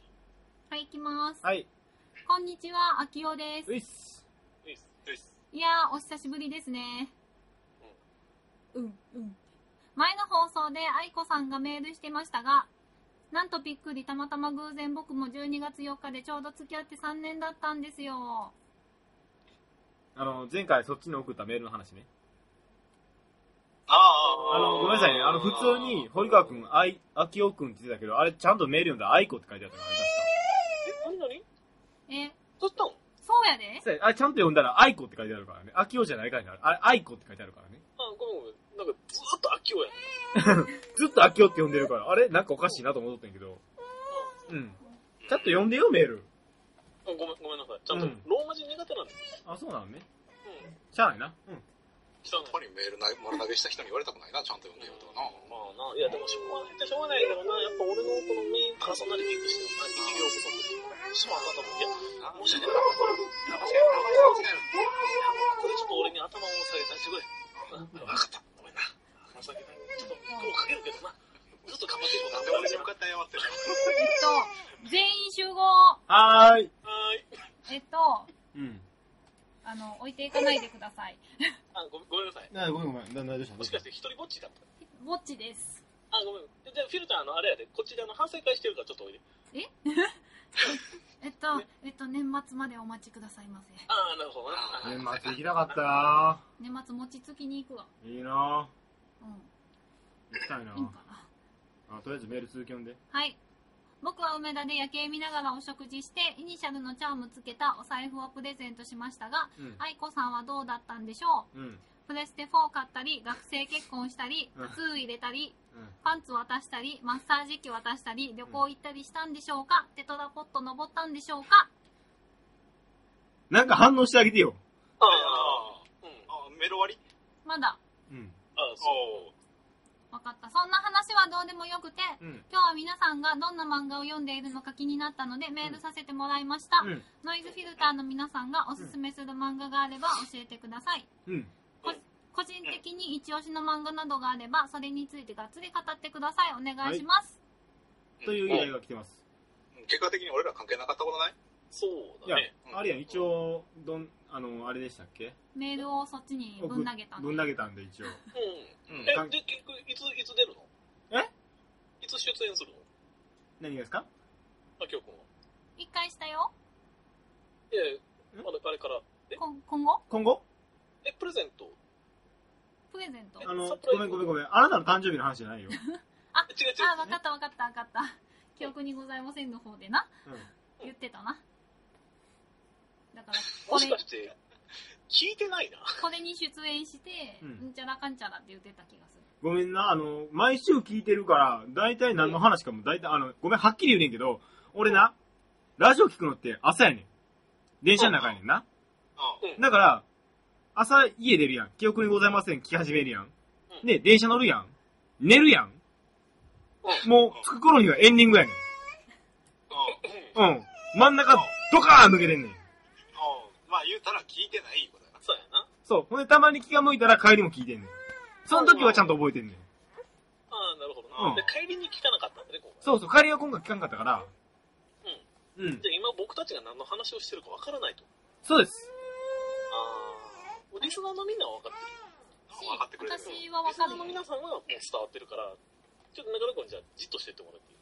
行きます。 はい。 こんにちは、あきおです。 ういっす。 ういっす。ういっす。 いやー、お久しぶりですね。うん、うん。前の放送で愛子さんがメールしてましたが、なんとびっくり、たまたま偶然僕もじゅうにがつよっかでちょうど付き合ってさんねんだったんですよ。 あの、前回そっちに送ったメールの話ね。 ああ。 あの、ごめんなさいね。あの、普通に、堀川くん、あい、あきおくんって言ってたけど、あれちゃんとメール読んだらあいこって書いてあったから、 え、なになにえ、 どうしたの？ そうやで？ 確か。あれちゃんと読んだらあいこって書いてあるからね。あきおじゃないからね。あれ、あいこって書いてあるからね。 あ、ごめんごめん。なんかずーっと秋夫やね。 ずっとあきおって呼んでるから、あれなんかおかしいなと思ってんけど。うん。ちゃんと読んでよ、メール。 あ、ごめん、ごめんなさい。ちゃんとローマ字苦手なんですよ。 あ、そうなのね。 うん。 しゃあないな。うん。 人のにメールな丸投げした人に言われたくないな、ちゃんと読んでよとかな。まあな、いやでもしょうがないってしょうがないけどな、やっぱ俺のこのメインパーソナリティとしては、力量不足っていうか、しまったと思う。いや、申し訳なかった。間違える。間違える。これちょっと俺に頭を押さえさせてくれ。分かった。ごめんな。申し訳ない。ちょっと苦労かけるけどな。ずっと頑張っていこう。なんで俺に向かって謝ってる。 えっと、全員集合。 はーい。 はーい。 えっと、 うん。 あの、置いていかないでください。 あ、ごめん、ごめんなさい。 あ、ごめんごめん。な、な、どうしたもしかして一人ぼっちだった？ ぼっちです。 あ、ごめん。じゃあ、フィルターのあれやで、こっちであの、反省会してるからちょっとおいで。 ええっと、ね、えっと、年末までお待ちくださいませ。 ああ、なるほどな。 年末行きたかったな年末餅つきに行くわ。 いいなうん。 行きたいないいんかな。 あ、とりあえずメール続き読んで。 はい。僕は梅田で夜景見ながらお食事して、イニシャルのチャームつけたお財布をプレゼントしましたが、 うん。 愛子さんはどうだったんでしょう？ うん。 プレステフォー買ったり、学生結婚したり、 うんタトゥー入れたり、 うん。 パンツ渡したり、マッサージ機渡したり、旅行行ったりしたんでしょうか？テトラポット登ったんでしょうか？ なんか反応してあげてよ。 ああ、うん。あ、メロ割り？ まだ。 うん。 ああ、そう。 わかった。そんな話はどうでもよくて、 うん。 今日は皆さんがどんな漫画を読んでいるのか気になったのでメールさせてもらいました。 うん。 ノイズフィルターの皆さんがおすすめする漫画があれば教えてください。 うん。 こ個人的に一押しの漫画などがあれば、それについてがっつり語ってください。お願いします。 という依頼が来てます。 結果的に俺ら関係なかったことない？そうだね。 いや、あれやん、一応、どん、あの、あれでしたっけ？ メールをそっちにぶん投げたの。 ぶん投げたんで、一応。 うん。 うん。 え、 かんで、結局、いつ、いつ出るの？ え？ いつ出演するの？ 何がですか？ あきょうくんは。 一回したよ。 ええ、まだあれから。え？ こ今後今後？ え、プレゼント？ プレゼント。 あの、 サプライズごめんごめんごめん。あなたの誕生日の話じゃないよ。 あ、 違う違う。 あ、わかったわかったわかった。記憶にございませんの方でな。 うん。 言ってたな。だから、 もこれしか、して、聞いてないな。 これに出演して、 うんんちゃらかんちゃらって言ってた気がする。 ごめんな、あの、毎週聞いてるから、だいたい何の話かも、だいたい、あの、ごめん、はっきり言うねんけど、俺な、ラジオ聞くのって朝やねん。電車の中やねんな。 うん。 だから、朝家出るやん。記憶にございません。聞き始めるやん。で、電車乗るやん。寝るやん。もう、着く頃にはエンディングやねん。 うん。 うん。真ん中、ドカーン抜けてんねん。 まあ言うたら聞いてないことやな。そうやな。 そう。ほんで、たまに気が向いたら帰りも聞いてんねん。その時はちゃんと覚えてんねん。 ああ、なるほどうんな。で、帰りに聞かなかったんだね、今回。 そうそう。帰りは今回聞かんかったから。うん。うん。 じゃあ今僕たちが何の話をしてるかわからないと。 そうです。 ああ。リスナーのみんなは分かってる。 し分かってくれる。 私は分かるよリスナーの皆さんはもう伝わってるから、ちょっと中田君じゃあじっとしてってもらっていい？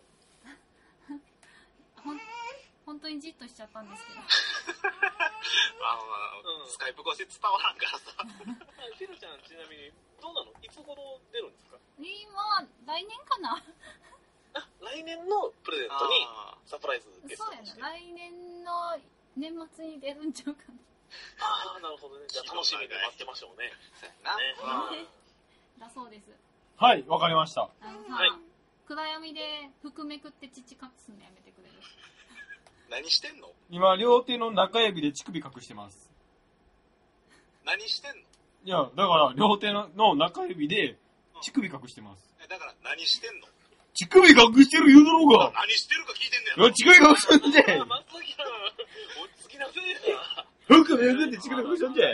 ほん、本当にじっとしちゃったんですけど。 あの、うん、スカイプ越し伝わらんからさ。フィルちゃんちなみに、どうなの？いつ頃出るんですか？ 今、来年かな。 あ、来年のプレゼントにサプライズゲストそうやな。来年の年末に出るんちゃうかな。 ああ、なるほどね。じゃあ楽しみで待ってましょうね。そうやな。ね。 だそうです。 はい、わかりました。 あのさ、 はい暗闇で服めくって乳隠すのやめてくれる？ 何してんの？ 今、両手の中指で乳首隠してます。 何してんの？ いや、だから、両手のの中指で乳首隠してます。 え、だから何してんの？ 乳首隠してる言うだろうが。 何してるか聞いてんねやろ。 乳首隠すんで。 まさきな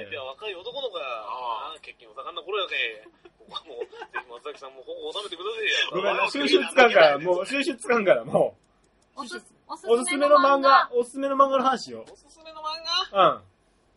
やいや。 相手は若い男の子や。ああ、結婚盛んな頃やけ。ここはもう、ぜひ松崎さんもここ収めてくださいよ。 ごめん、収集つかんから、もう収集つかんから、もう。おすすめの漫画、おすすめの漫画の話よ。 おすすめの漫画？ うん。うーん。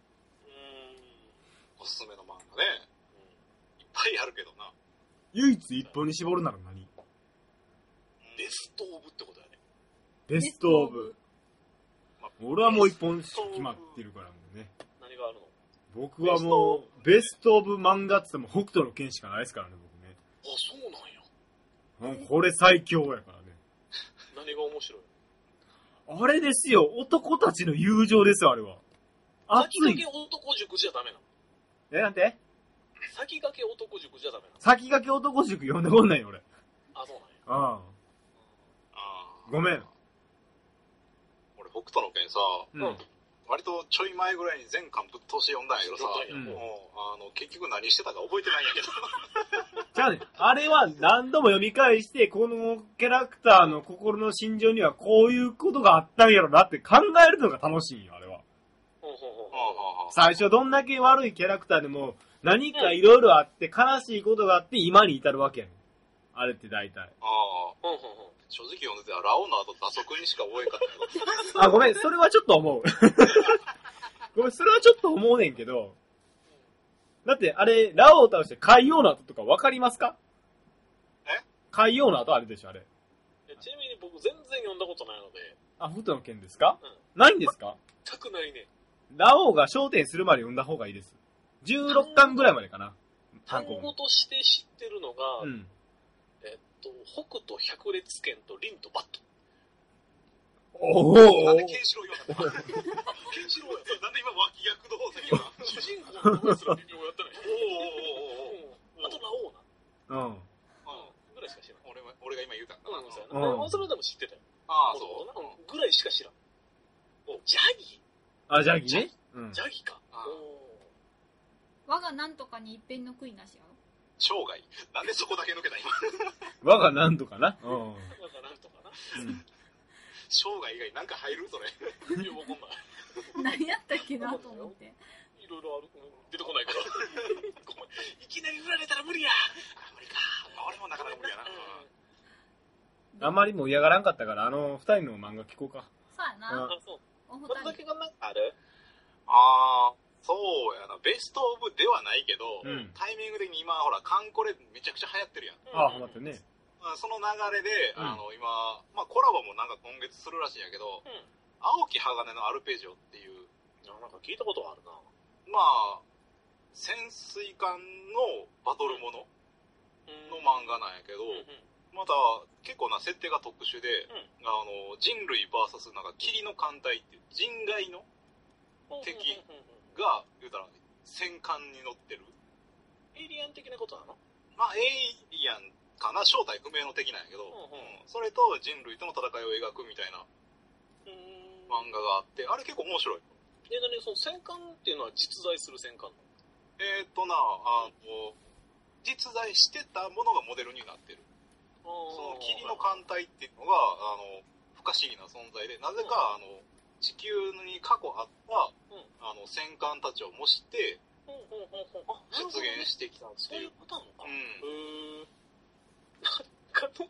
おすすめの漫画ね。いっぱいあるけどな。 唯一一本に絞るなら何？ ベストオブってことやね。 ベストオブ。俺はもう一本決まってるからもうね。 何があるの？ 僕はもう、ベストオブ漫画って言っても北斗の拳しかないですからね、僕ね。 あ、そうなんや。 うん、これ最強やからね。 何が面白い？ あれですよ、男たちの友情ですよ、あれは。 熱い。先駆け男塾じゃダメなの？ え、なんて？ 先駆け男塾じゃダメなの？ 先駆け男塾読んでこんないよ、俺。 あ、そうなんや。 ああ。ごめん。 俺、北斗の拳さ、うん、割とちょい前ぐらいに全巻ぶっ通し読んだんやけどさ、うん、もう、あの、結局何してたか覚えてないんやけど。 じゃあね、あれは何度も読み返して、このキャラクターの心の心情にはこういうことがあったんやろなって考えるのが楽しいんよ、あれは。最初どんだけ悪いキャラクターでも、何かいろいろあって、悲しいことがあって今に至るわけやねん。あれって大体。ああ。 正直読んでて、ラオウの後、打足にしか覚えんかったあ、ごめん、それはちょっと思う。ごめん、それはちょっと思うねんけど、だって、あれ、ラオウを倒して海王の後とか分かりますか？ え？ 海王の後あれでしょ、あれ。 ちなみに僕全然読んだことないので。 あ、北斗の拳ですか？うん。ないんですか？ 全くないね。 ラオウが焦点するまで読んだ方がいいです。じゅうろっかんぐらいまでかな。 単語として知ってるのが、 うん。 えっと、北斗百裂拳と凛とバット。 おお。 なんでケンシロウ言わなかった？ケンシロウやった。なんで今脇役の方先は主人公の方すら微妙やったね。おおおおおお。あとラオウな。うん。うん。ぐらいしか知らん。俺は、俺が今言うたんだな。うん、そうやな。それでも知ってたよ。ああ、そう。ぐらいしか知らん。お、ジャギ？ あ、ジャギね。 ジャギか。 我がなんとかに一遍の悔いなしやろ。 生涯。なんでそこだけ抜けた今。 我がなんとかな。うん。 我がなんとかな。うん。生涯以外なんか入るそれ。いや、わかんない。 何やったっけなと思って。 いろいろある。出てこないから。いきなり振られたら無理や。あ、無理か。俺もなかなか無理やな。あんまりも嫌がらんかったから、あの二人の漫画聞こうか。 そうやな。 あ、そう。お二人だけがなんかある？あー。そうやな、ベストオブではないけど、うん、タイミング的に今、ほら、カンコレめちゃくちゃ流行ってるやん。 ああ、ハマってね。 その流れで、うん、あの、今、まあ、コラボもなんか今月するらしいんやけど、うん、青木鋼のアルペジオっていう、なんか聞いたことがあるな。まあ、潜水艦のバトルものの漫画なんやけど、うんうん、また、結構な設定が特殊で、うん、あの、人類 ブイエス なんか霧の艦隊っていう人外の敵、が、言うたら、戦艦に乗ってる。エイリアン的なことなの？まあ、エイリアンかな、正体不明の敵なんやけど、うんうん、それと人類との戦いを描くみたいな漫画があって、あれ結構面白い。え、なに、その戦艦っていうのは実在する戦艦なの？えーっとな、あの、実在してたものがモデルになってる。その霧の艦隊っていうのが、あの、不可思議な存在で、なぜか、うん、あの、地球に過去あった、うん、あの戦艦たちを模して、うんうんうんうん、出現してきたっていう。そういうことなのか。うん。へー。中野くん。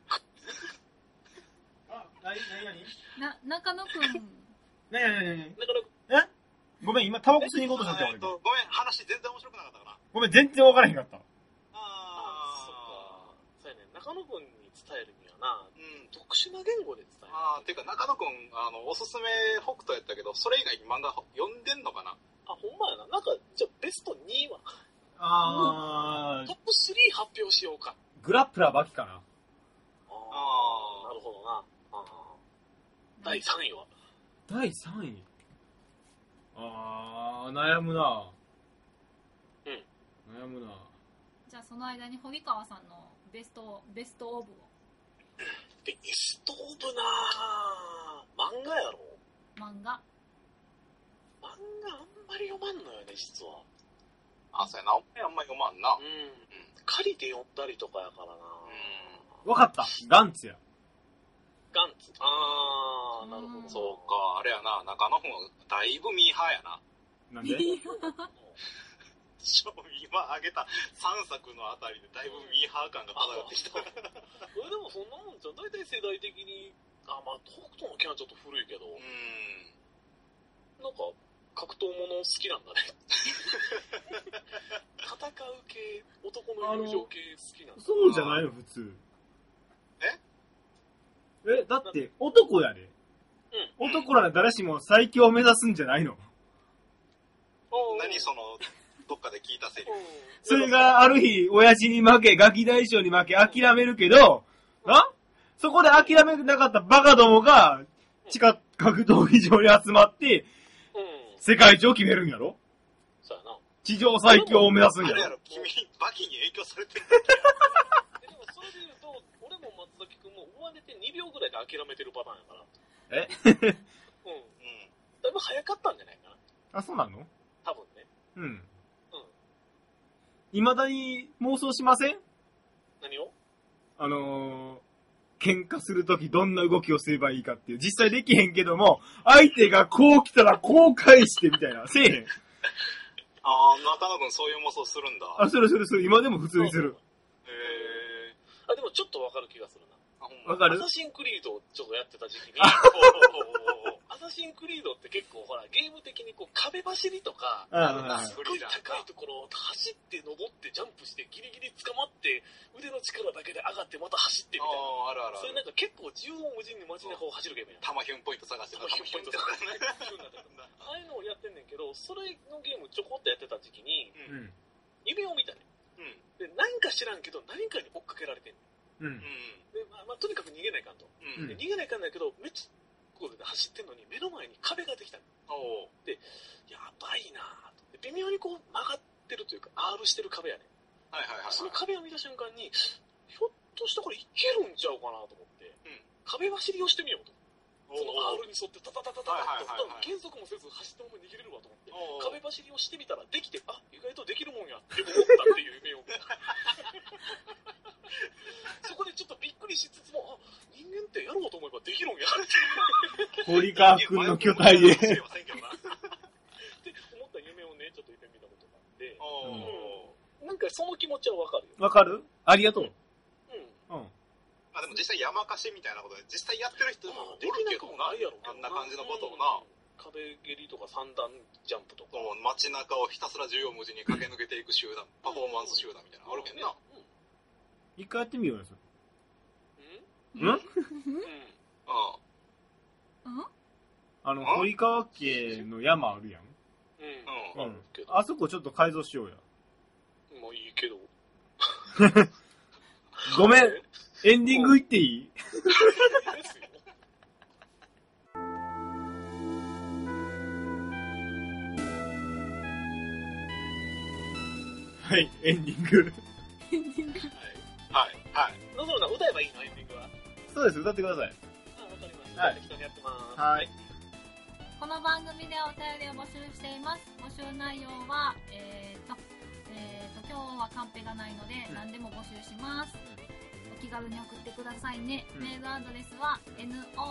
あ、なになになにな、中野くん。 なになになに中野くん。えごめん、今タバコ吸いに行こうとしたってえっと、ごめん、話全然面白くなかったかな。 ごめん、全然わからへんかった。 あー、そっか。そうやね、中野くんに伝えるにはな、うん、特殊な言語で伝える。あー、ていうか中野くん、あの、おすすめ北斗やったけど、それ以外に漫画読んでんのかな？あ、ほんまやな。なんか、じゃあベストには。 あー。 トップスリー発表しようか。 グラップラーバキかな。 あー、なるほどな。あー。だいさんいは？ だいさんい？あー、悩むな。 うん。 悩むな。 じゃあその間に堀川さんのベスト、ベストオブを。 ベストオブなぁ。漫画やろ？ 漫画。 漫画あんまり読まんのよね、実は。あ、そうやな。あんまり読まんな。うん。借りて読んだりとかやからな。 うん。わかった。ガンツや。 ガンツ。あー、なるほど。そうか。あれやな。中野本だいぶミーハーやな。 なんで今挙げたさんさくのあたりでだいぶミーハー感が漂ってきた。 え、でもそんなもんじゃん。大体世代的に、あ、まあ、北斗の拳はちょっと古いけど、うん。なんか、格闘もの好きなんだね。戦う系、男の友情系好きなんだ。 そうじゃないの、普通。 ええ、だって、男やで。うん。男なら誰しも最強を目指すんじゃないの？ 何その、どっかで聞いたセリフ。 それがある日、親父に負け、ガキ大将に負け、諦めるけど、な？そこで諦めなかったバカどもが、地下格闘技場に集まって、うん、世界一を決めるんやろ？ そうやな。 地上最強を目指すんやろ？ あれやろ、君、バキに影響されてるんだっけ？でもそれで言うと、俺も松崎くんも生まれてにびょうぐらいで諦めてるパターンやから。 えうん。うん。だいぶ早かったんじゃないかな。 あ、そうなの？ 多分ね。 うん。うん。未だに妄想しません？ 何を？ あのー、喧嘩するときどんな動きをすればいいかっていう。実際できへんけども、相手がこう来たらこう返してみたいな。せえへん。 あー、中野くんそういう妄想するんだ。 あ、するするする。今でも普通にする。 へー。あ、でもちょっとわかる気がするな。 わかる？ アサシンクリードをちょっとやってた時期に、アサシンクリードって結構ほら、ゲーム的にこう壁走りとか、すごい高いところを走って登ってジャンプしてギリギリ捕まって腕の力だけで上がってまた走ってみたいな。 ああるあるある。 それなんか結構縦横無尽に街中を走るゲームやん。 タマヒュンポイント探してタマヒュンポイント探してああいうのをやってんねんけど、それのゲームちょこっとやってた時期に、うん、夢を見たね。うん、で、何か知らんけど何かに追っかけられてんねん。うん。で、まあ、まあ、とにかく逃げないかんと。うん、で逃げないかんないけど、めっちゃこうで走ってんのに目の前に壁ができたの。で、やばいなぁと。微妙にこう曲がってるというか、R してる壁やね。はいはいはい、はい。その壁を見た瞬間に、ひょっとしてこれいけるんちゃうかなと思って、うん、壁走りをしてみようと。その R に沿ってタタタタタタッと、減速もせず走ったまま逃げれるわと思って、壁走りをしてみたらできて、あ、意外とできるもんやって思ったっていう夢を見た。そこでちょっとびっくりしつつも、あ、人間ってやろうと思えばできるんやって。 堀川くんの巨体で。って思った夢をね、ちょっと夢見たことがあって、うん、なんかその気持ちはわかるよ。 わかる？ありがとう。うん。うん。 あ、でも実際山貸しみたいなことで、実際やってる人もできなくもないやろ。あんな感じのことをな。 壁蹴りとか三段ジャンプとか。 街中をひたすら縦横無尽に駆け抜けていく集団、パフォーマンス集団みたいなのあるけんな。 一回やってみようよ、それ。 ん？うん？ ああ。 あの、堀川家の山あるやん。 うん。うん。 あそこちょっと改造しようや。 もういいけど。 ごめん。エンディングいっていい？はい、エンディング。 エンディング。 はい、はい。 のぞみさん歌えばいいの？エンディングは。 そうです、歌ってください。 あ、わかりました。はい。適当にやってます。 はい。 この番組ではお便りを募集しています。募集内容は、えーと、えーと、今日はカンペがないので、何でも募集します。お気軽に送ってくださいね。うん、メールアドレスは ノイセフィル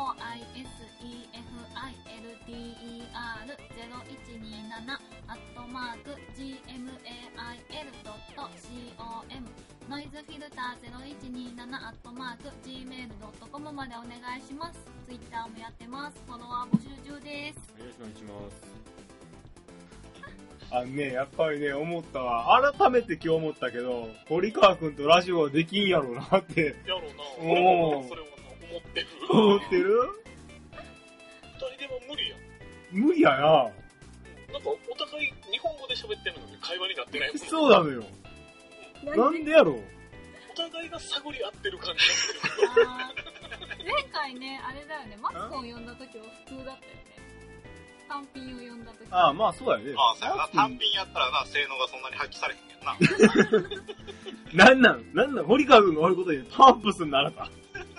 ターゼロいちにーなな アットマーク ジーエムエーアイエルドットコム ノイズフィルターゼロいちにーなな アットマーク ジーメールドットコム までお願いします。ツイッターもやってます。フォロワー募集中です。 よろしくお願いします。あのね、やっぱりね、思ったわ。改めて今日思ったけど、堀川くんとラジオはできんやろうなって。 やろうな。俺もそれは思ってる。 思ってる？ 二人でも無理や。 無理やな。 なんかお互い日本語で喋ってるのに会話になってないもん。 そうなのよ。なんでやろう。 お互いが探り合ってる感じがする。 前回ね、あれだよね、マツコを呼んだ時は普通だったよね。単品を呼んだ時。 ああ、まあそうやね。 ああ、そうやな。単品やったらな、性能がそんなに発揮されへんけどな。なんなん、なんなん、堀川くんがおることでパンプスにならた。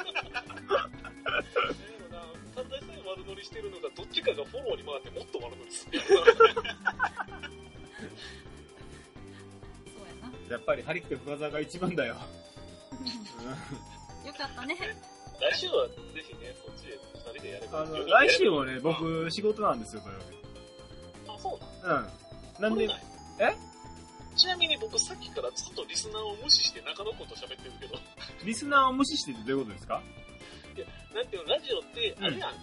単体さえ悪乗りしてるのが、どっちかがフォローに回ってもっと悪乗りする。 やっぱりハリック深澤が一番だよ。よかったね。 来週はぜひね、そっちでふたりでやれば。 あの、来週もね、僕仕事なんですよ、土曜日。 あ、そうなの？うん。なんで、えちなみに僕さっきからずっとリスナーを無視して中野くんと喋ってるけど。 リスナーを無視してってどういうことですか？ いや、なんていうの、ラジオって、あれやん。うん、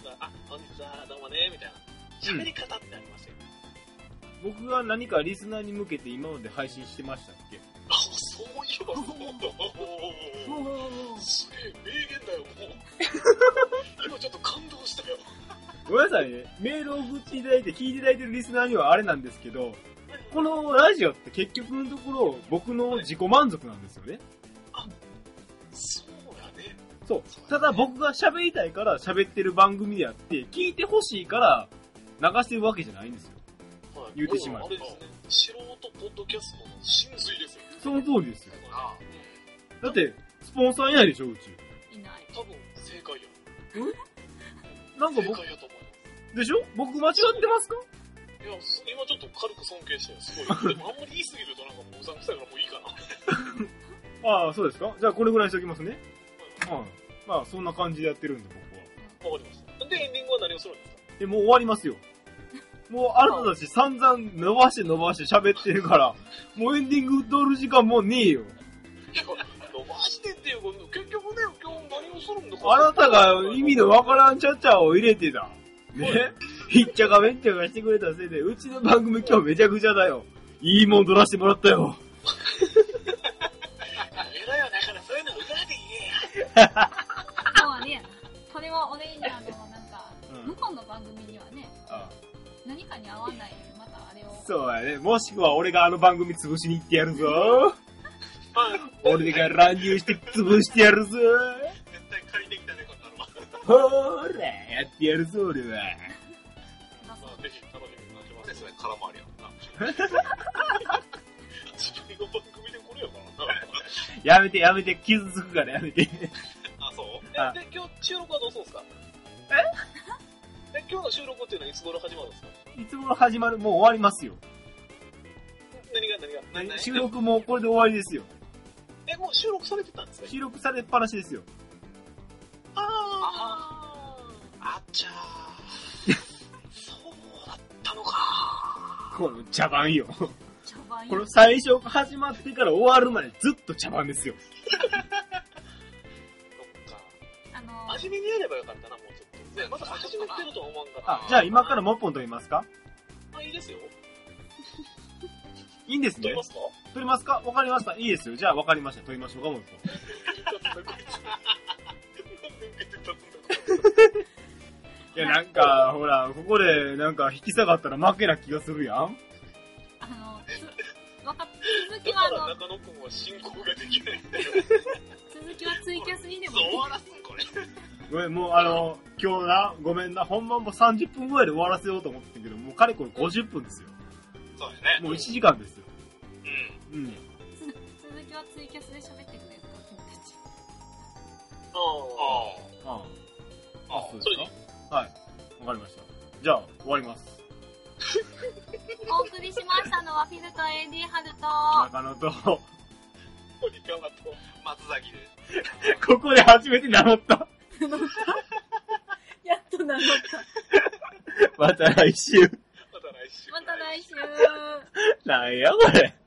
なんか、あ、本日はどうもね、みたいな。喋り方ってありますよ。 うん、僕が何かリスナーに向けて今まで配信してましたっけ？ あ、そういえばそうだ。すげえ、名言だよ、もう。今ちょっと感動したよ。 ごめんなさいね。メールを送っていただいて聞いていただいてるリスナーにはあれなんですけど、このラジオって結局のところ僕の自己満足なんですよね。 あ、そうだね。 そう。ただ僕が喋りたいから喋ってる番組であって、聞いてほしいから流してるわけじゃないんですよ。はい、言うてしまう。 あれですね。素人ポッドキャストの真髄ですよ。 その通りですよ。ああ、だって、スポンサーいないでしょ、うち。 いない。 多分、正解や。 えなんか僕、 正解やと思います。 でしょ？僕間違ってますか？ いや、今ちょっと軽く尊敬してる。すごい。でもあんまり言い過ぎるとなんかもううさんくさいからもういいかな。ああ、そうですか？じゃあこれぐらいにしときますね。はい。うん。まあ、そんな感じでやってるんで、 僕は。わかりました。で、エンディングは何をするんですか？ え、もう終わりますよ。もう、あなたたち散々伸ばして伸ばして喋ってるから、もうエンディング撮る時間もうねえよ。 いや、伸ばしてっていうか、結局ね、今日何をするんだか。 あなたが意味のわからんちゃっちゃを入れてた。ね、ひっちゃかめっちゃかしてくれたせいで、うちの番組今日めちゃくちゃだよ。いいもん撮らせてもらったよ。 偉いよ、だからそういうの裏で言えや。 そうはね、それは俺にあの、なんか、うん、向こうの番組にはね、ああ、何かに合わないようにまたあれを。 そうやね。もしくは俺があの番組潰しに行ってやるぞ。俺が乱入して潰してやるぞ。 絶対借りてきたね、こんなのは。 ほーら、やってやるぞ、俺は。 まあ、ぜひ楽しみに待ちます。ですね、空回りやんな。自分の番組でこれやからな。 やめて、やめて、傷つくからやめて。 あ、そうあで、今日収録はどうするんですか？えで、今日の収録っていうのはいつ頃始まるんですか？ いつ頃始まる？もう終わりますよ。 何が何が何が収録もこれで終わりですよ。 え、もう収録されてたんですか？ 収録されっぱなしですよ。 あー。あっちゃー。そうだったのか。 この茶番よ。 茶番よ。 この最初始まってから終わるまでずっと茶番ですよ。 そっか。あのー、真面目にやればよかったな、もうちょっと。ね、まだ始めてるとは思わんかった。 あ、じゃあ今からもっぽん取りますか？ あ、いいですよ。 いいんですね。 取りますか？ 取りますか？わかりました。いいですよ。じゃあわかりました。取りましょうか、もっぽん。いや、なんか、ほら、ここで、なんか、引き下がったら負けな気がするやん。 あの、わかっ、続きはあの、 中野くんは進行ができないんだよ。 続きはツイキャスにでも。 そう、終わらすん、これ。 ごめん、もうあの、今日な、ごめんな、本番もさんじゅっぷんぐらいで終わらせようと思ってんけど、もうかれこれごじゅっぷんですよ。 そうだね。 もういちじかんですよ。 うん。うん。続きはツイキャスで喋ってくれるか、君たち。 ああ。 ああ。あ、そうですか？はい。わかりました。じゃあ、終わります。 お送りしましたのは、フィルと エーディー ハルと、 中野と、 堀川と、松崎です。 ここで初めて名乗った。 やっと名乗った。 また来週。 また来週。 また来週。 なんやこれ。